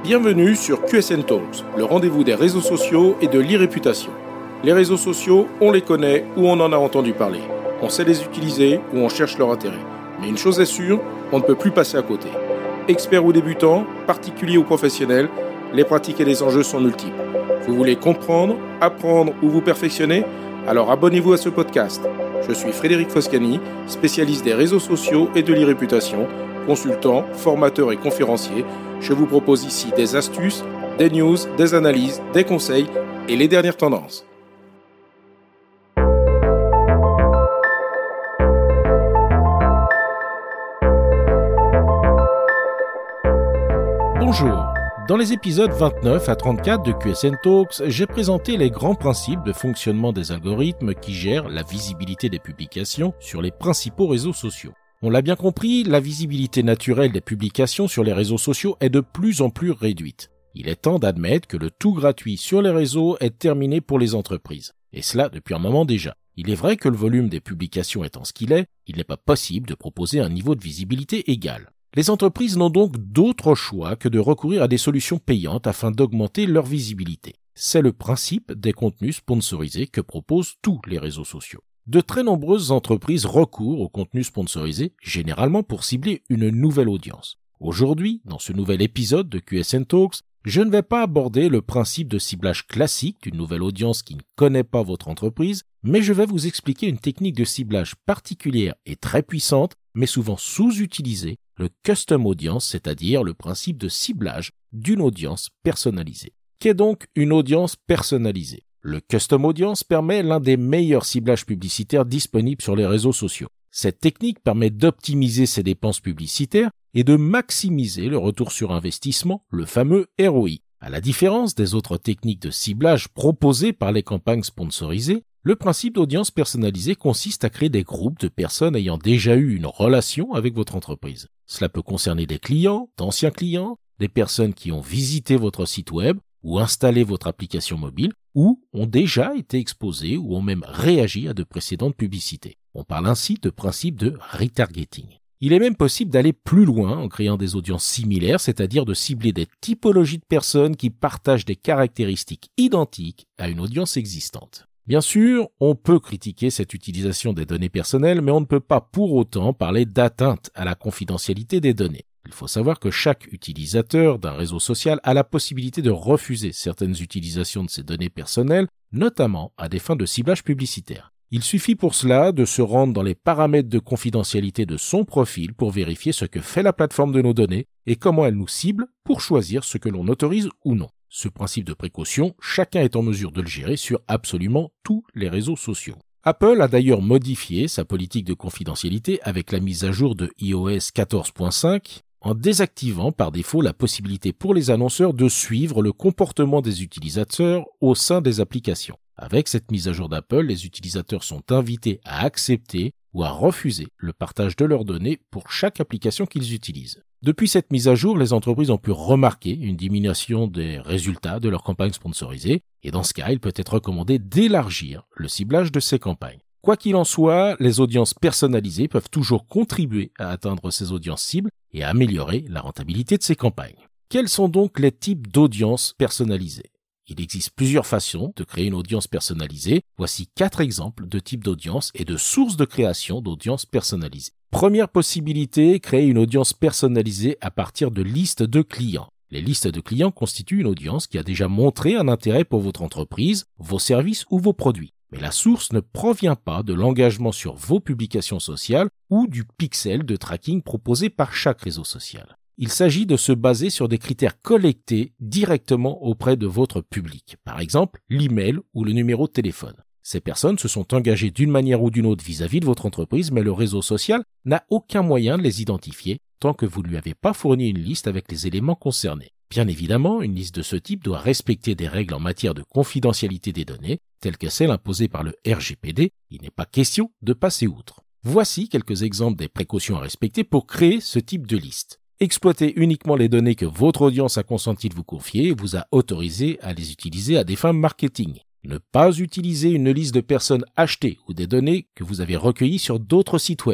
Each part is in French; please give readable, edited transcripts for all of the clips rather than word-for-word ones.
Bienvenue sur QSN Talks, le rendez-vous des réseaux sociaux et de l'e-réputation. Les réseaux sociaux, on les connaît ou on en a entendu parler. On sait les utiliser ou on cherche leur intérêt. Mais une chose est sûre, on ne peut plus passer à côté. Experts ou débutants, particuliers ou professionnels, les pratiques et les enjeux sont multiples. Vous voulez comprendre, apprendre ou vous perfectionner ? Alors abonnez-vous à ce podcast. Je suis Frédéric Foscani, spécialiste des réseaux sociaux et de l'e-réputation, consultant, formateur et conférencier. Je vous propose ici des astuces, des news, des analyses, des conseils et les dernières tendances. Bonjour. Dans les épisodes 29 à 34 de QSN Talks, j'ai présenté les grands principes de fonctionnement des algorithmes qui gèrent la visibilité des publications sur les principaux réseaux sociaux. On l'a bien compris, la visibilité naturelle des publications sur les réseaux sociaux est de plus en plus réduite. Il est temps d'admettre que le tout gratuit sur les réseaux est terminé pour les entreprises. Et cela depuis un moment déjà. Il est vrai que le volume des publications étant ce qu'il est, il n'est pas possible de proposer un niveau de visibilité égal. Les entreprises n'ont donc d'autre choix que de recourir à des solutions payantes afin d'augmenter leur visibilité. C'est le principe des contenus sponsorisés que proposent tous les réseaux sociaux. De très nombreuses entreprises recourent aux contenus sponsorisés, généralement pour cibler une nouvelle audience. Aujourd'hui, dans ce nouvel épisode de QSN Talks, je ne vais pas aborder le principe de ciblage classique d'une nouvelle audience qui ne connaît pas votre entreprise, mais je vais vous expliquer une technique de ciblage particulière et très puissante, mais souvent sous-utilisée, le custom audience, c'est-à-dire le principe de ciblage d'une audience personnalisée. Qu'est donc une audience personnalisée ? Le custom audience permet l'un des meilleurs ciblages publicitaires disponibles sur les réseaux sociaux. Cette technique permet d'optimiser ses dépenses publicitaires et de maximiser le retour sur investissement, le fameux ROI. À la différence des autres techniques de ciblage proposées par les campagnes sponsorisées, le principe d'audience personnalisée consiste à créer des groupes de personnes ayant déjà eu une relation avec votre entreprise. Cela peut concerner des clients, d'anciens clients, des personnes qui ont visité votre site web ou installé votre application mobile, ou ont déjà été exposés ou ont même réagi à de précédentes publicités. On parle ainsi de principe de retargeting. Il est même possible d'aller plus loin en créant des audiences similaires, c'est-à-dire de cibler des typologies de personnes qui partagent des caractéristiques identiques à une audience existante. Bien sûr, on peut critiquer cette utilisation des données personnelles, mais on ne peut pas pour autant parler d'atteinte à la confidentialité des données. Il faut savoir que chaque utilisateur d'un réseau social a la possibilité de refuser certaines utilisations de ces données personnelles, notamment à des fins de ciblage publicitaire. Il suffit pour cela de se rendre dans les paramètres de confidentialité de son profil pour vérifier ce que fait la plateforme de nos données et comment elle nous cible pour choisir ce que l'on autorise ou non. Ce principe de précaution, chacun est en mesure de le gérer sur absolument tous les réseaux sociaux. Apple a d'ailleurs modifié sa politique de confidentialité avec la mise à jour de iOS 14.5 en désactivant par défaut la possibilité pour les annonceurs de suivre le comportement des utilisateurs au sein des applications. Avec cette mise à jour d'Apple, les utilisateurs sont invités à accepter ou à refuser le partage de leurs données pour chaque application qu'ils utilisent. Depuis cette mise à jour, les entreprises ont pu remarquer une diminution des résultats de leurs campagnes sponsorisées et dans ce cas, il peut être recommandé d'élargir le ciblage de ces campagnes. Quoi qu'il en soit, les audiences personnalisées peuvent toujours contribuer à atteindre ces audiences cibles et à améliorer la rentabilité de ces campagnes. Quels sont donc les types d'audiences personnalisées ? Il existe plusieurs façons de créer une audience personnalisée. Voici 4 exemples de types d'audience et de sources de création d'audience personnalisée. Première possibilité, créer une audience personnalisée à partir de listes de clients. Les listes de clients constituent une audience qui a déjà montré un intérêt pour votre entreprise, vos services ou vos produits. Mais la source ne provient pas de l'engagement sur vos publications sociales ou du pixel de tracking proposé par chaque réseau social. Il s'agit de se baser sur des critères collectés directement auprès de votre public, par exemple l'email ou le numéro de téléphone. Ces personnes se sont engagées d'une manière ou d'une autre vis-à-vis de votre entreprise, mais le réseau social n'a aucun moyen de les identifier tant que vous ne lui avez pas fourni une liste avec les éléments concernés. Bien évidemment, une liste de ce type doit respecter des règles en matière de confidentialité des données, telles que celles imposées par le RGPD. Il n'est pas question de passer outre. Voici quelques exemples des précautions à respecter pour créer ce type de liste. Exploitez uniquement les données que votre audience a consenti de vous confier et vous a autorisé à les utiliser à des fins marketing. Ne pas utiliser une liste de personnes achetées ou des données que vous avez recueillies sur d'autres sites web.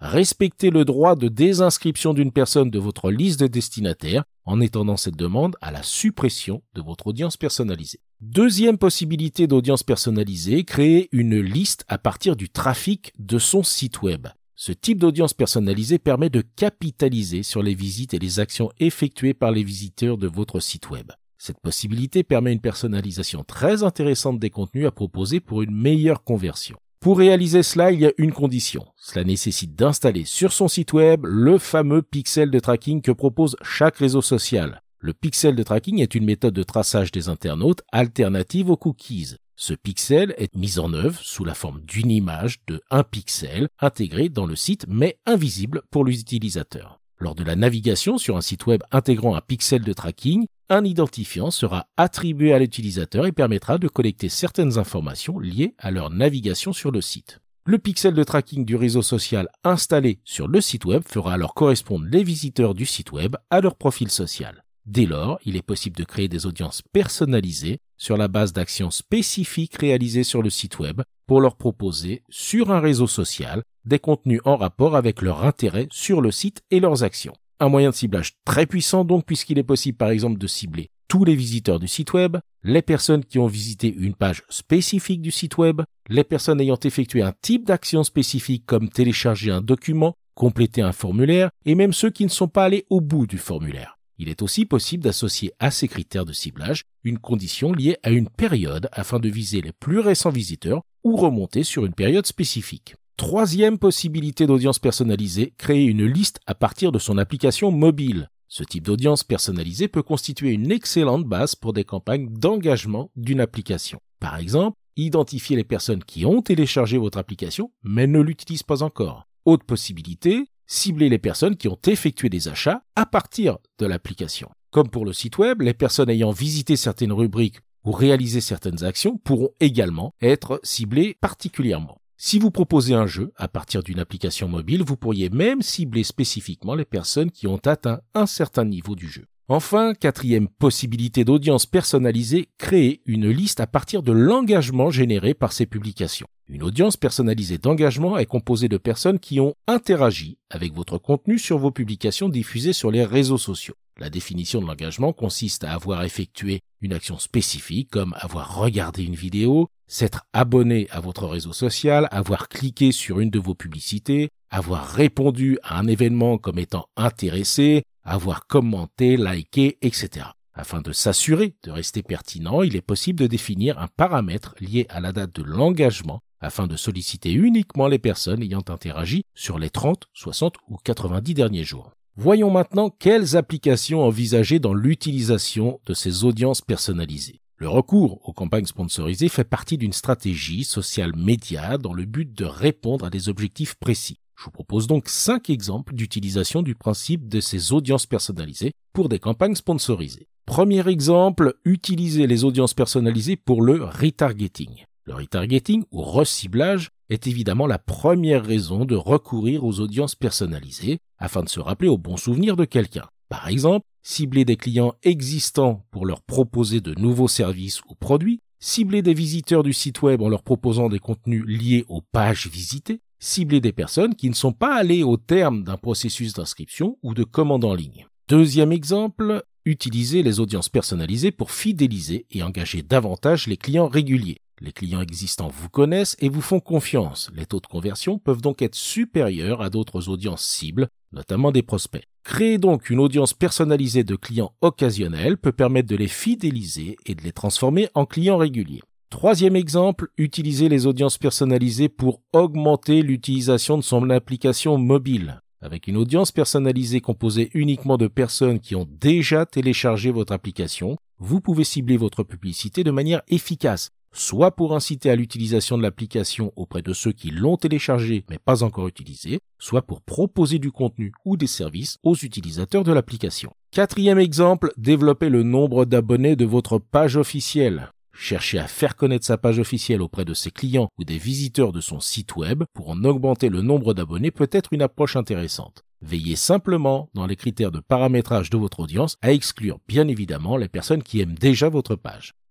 Respectez le droit de désinscription d'une personne de votre liste de destinataires en étendant cette demande à la suppression de votre audience personnalisée. Deuxième possibilité d'audience personnalisée, créer une liste à partir du trafic de son site web. Ce type d'audience personnalisée permet de capitaliser sur les visites et les actions effectuées par les visiteurs de votre site web. Cette possibilité permet une personnalisation très intéressante des contenus à proposer pour une meilleure conversion. Pour réaliser cela, il y a une condition. Cela nécessite d'installer sur son site web le fameux pixel de tracking que propose chaque réseau social. Le pixel de tracking est une méthode de traçage des internautes alternative aux cookies. Ce pixel est mis en œuvre sous la forme d'une image de 1 pixel intégrée dans le site mais invisible pour l'utilisateur. Lors de la navigation sur un site web intégrant un pixel de tracking, un identifiant sera attribué à l'utilisateur et permettra de collecter certaines informations liées à leur navigation sur le site. Le pixel de tracking du réseau social installé sur le site web fera alors correspondre les visiteurs du site web à leur profil social. Dès lors, il est possible de créer des audiences personnalisées sur la base d'actions spécifiques réalisées sur le site web pour leur proposer sur un réseau social des contenus en rapport avec leur intérêt sur le site et leurs actions. Un moyen de ciblage très puissant donc puisqu'il est possible par exemple de cibler tous les visiteurs du site web, les personnes qui ont visité une page spécifique du site web, les personnes ayant effectué un type d'action spécifique comme télécharger un document, compléter un formulaire et même ceux qui ne sont pas allés au bout du formulaire. Il est aussi possible d'associer à ces critères de ciblage une condition liée à une période afin de viser les plus récents visiteurs ou remonter sur une période spécifique. Troisième possibilité d'audience personnalisée, créer une liste à partir de son application mobile. Ce type d'audience personnalisée peut constituer une excellente base pour des campagnes d'engagement d'une application. Par exemple, identifier les personnes qui ont téléchargé votre application mais ne l'utilisent pas encore. Autre possibilité, cibler les personnes qui ont effectué des achats à partir de l'application. Comme pour le site web, les personnes ayant visité certaines rubriques ou réalisé certaines actions pourront également être ciblées particulièrement. Si vous proposez un jeu à partir d'une application mobile, vous pourriez même cibler spécifiquement les personnes qui ont atteint un certain niveau du jeu. Enfin, quatrième possibilité d'audience personnalisée, créer une liste à partir de l'engagement généré par ces publications. Une audience personnalisée d'engagement est composée de personnes qui ont interagi avec votre contenu sur vos publications diffusées sur les réseaux sociaux. La définition de l'engagement consiste à avoir effectué une action spécifique comme avoir regardé une vidéo, s'être abonné à votre réseau social, avoir cliqué sur une de vos publicités, avoir répondu à un événement comme étant intéressé, avoir commenté, liké, etc. Afin de s'assurer de rester pertinent, il est possible de définir un paramètre lié à la date de l'engagement afin de solliciter uniquement les personnes ayant interagi sur les 30, 60 ou 90 derniers jours. Voyons maintenant quelles applications envisager dans l'utilisation de ces audiences personnalisées. Le recours aux campagnes sponsorisées fait partie d'une stratégie social média dans le but de répondre à des objectifs précis. Je vous propose donc 5 exemples d'utilisation du principe de ces audiences personnalisées pour des campagnes sponsorisées. Premier exemple, utiliser les audiences personnalisées pour le retargeting. Le retargeting ou reciblage est évidemment la première raison de recourir aux audiences personnalisées afin de se rappeler au bon souvenir de quelqu'un. Par exemple, cibler des clients existants pour leur proposer de nouveaux services ou produits, cibler des visiteurs du site web en leur proposant des contenus liés aux pages visitées, cibler des personnes qui ne sont pas allées au terme d'un processus d'inscription ou de commande en ligne. Deuxième exemple, utiliser les audiences personnalisées pour fidéliser et engager davantage les clients réguliers. Les clients existants vous connaissent et vous font confiance. Les taux de conversion peuvent donc être supérieurs à d'autres audiences cibles, notamment des prospects. Créer donc une audience personnalisée de clients occasionnels peut permettre de les fidéliser et de les transformer en clients réguliers. Troisième exemple, utiliser les audiences personnalisées pour augmenter l'utilisation de son application mobile. Avec une audience personnalisée composée uniquement de personnes qui ont déjà téléchargé votre application, vous pouvez cibler votre publicité de manière efficace, soit pour inciter à l'utilisation de l'application auprès de ceux qui l'ont téléchargée mais pas encore utilisée, soit pour proposer du contenu ou des services aux utilisateurs de l'application. Quatrième exemple, développer le nombre d'abonnés de votre page officielle. Chercher à faire connaître sa page officielle auprès de ses clients ou des visiteurs de son site web pour en augmenter le nombre d'abonnés peut être une approche intéressante. Veillez simplement, dans les critères de paramétrage de votre audience, à exclure bien évidemment les personnes qui aiment déjà votre page.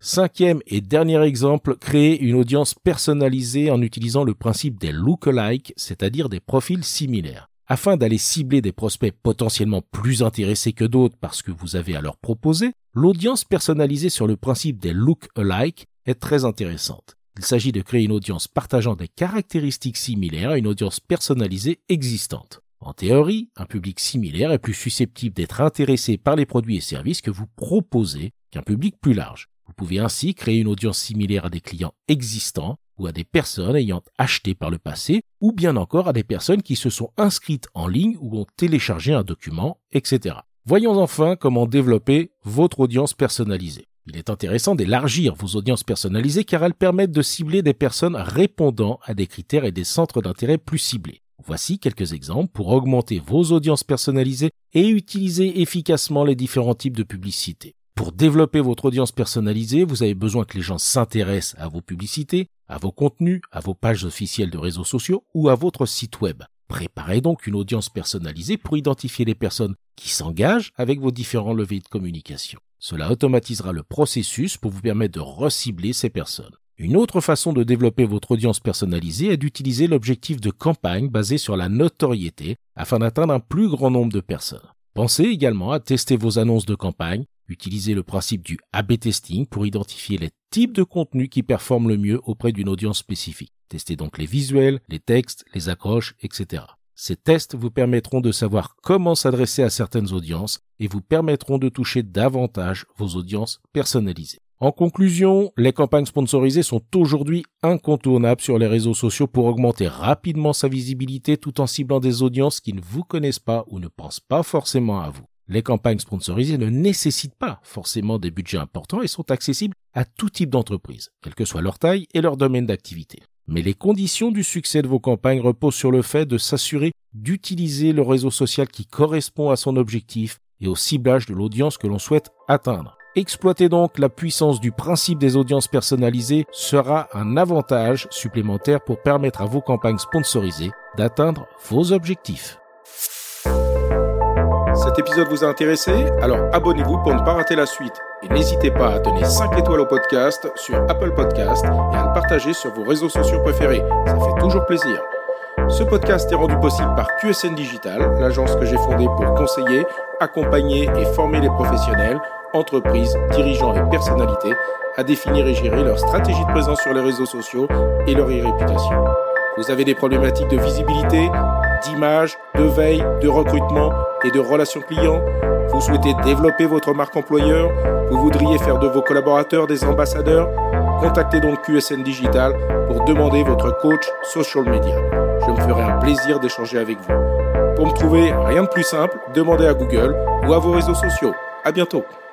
5e et dernier exemple, créer une audience personnalisée en utilisant le principe des look-alike, c'est-à-dire des profils similaires. Afin d'aller cibler des prospects potentiellement plus intéressés que d'autres parce que vous avez à leur proposer, l'audience personnalisée sur le principe des look-alike est très intéressante. Il s'agit de créer une audience partageant des caractéristiques similaires à une audience personnalisée existante. En théorie, un public similaire est plus susceptible d'être intéressé par les produits et services que vous proposez qu'un public plus large. Vous pouvez ainsi créer une audience similaire à des clients existants ou à des personnes ayant acheté par le passé, ou bien encore à des personnes qui se sont inscrites en ligne ou ont téléchargé un document, etc. Voyons enfin comment développer votre audience personnalisée. Il est intéressant d'élargir vos audiences personnalisées car elles permettent de cibler des personnes répondant à des critères et des centres d'intérêt plus ciblés. Voici quelques exemples pour augmenter vos audiences personnalisées et utiliser efficacement les différents types de publicités. Pour développer votre audience personnalisée, vous avez besoin que les gens s'intéressent à vos publicités, à vos contenus, à vos pages officielles de réseaux sociaux ou à votre site web. Préparez donc une audience personnalisée pour identifier les personnes qui s'engagent avec vos différents leviers de communication. Cela automatisera le processus pour vous permettre de recibler ces personnes. Une autre façon de développer votre audience personnalisée est d'utiliser l'objectif de campagne basé sur la notoriété afin d'atteindre un plus grand nombre de personnes. Pensez également à tester vos annonces de campagne. Utilisez le principe du A/B testing pour identifier les types de contenus qui performent le mieux auprès d'une audience spécifique. Testez donc les visuels, les textes, les accroches, etc. Ces tests vous permettront de savoir comment s'adresser à certaines audiences et vous permettront de toucher davantage vos audiences personnalisées. En conclusion, les campagnes sponsorisées sont aujourd'hui incontournables sur les réseaux sociaux pour augmenter rapidement sa visibilité tout en ciblant des audiences qui ne vous connaissent pas ou ne pensent pas forcément à vous. Les campagnes sponsorisées ne nécessitent pas forcément des budgets importants et sont accessibles à tout type d'entreprise, quelle que soit leur taille et leur domaine d'activité. Mais les conditions du succès de vos campagnes reposent sur le fait de s'assurer d'utiliser le réseau social qui correspond à son objectif et au ciblage de l'audience que l'on souhaite atteindre. Exploiter donc la puissance du principe des audiences personnalisées sera un avantage supplémentaire pour permettre à vos campagnes sponsorisées d'atteindre vos objectifs. Cet épisode vous a intéressé? Alors abonnez-vous pour ne pas rater la suite. Et n'hésitez pas à donner 5 étoiles au podcast sur Apple Podcast et à le partager sur vos réseaux sociaux préférés. Ça fait toujours plaisir. Ce podcast est rendu possible par QSN Digital, l'agence que j'ai fondée pour conseiller, accompagner et former les professionnels, entreprises, dirigeants et personnalités à définir et gérer leur stratégie de présence sur les réseaux sociaux et leur réputation. Vous avez des problématiques de visibilité, d'image, de veille, de recrutement et de relations clients? Vous souhaitez développer votre marque employeur? Vous voudriez faire de vos collaborateurs des ambassadeurs? Contactez donc QSN Digital pour demander votre coach social media. Je me ferai un plaisir d'échanger avec vous. Pour me trouver, rien de plus simple, demandez à Google ou à vos réseaux sociaux. À bientôt.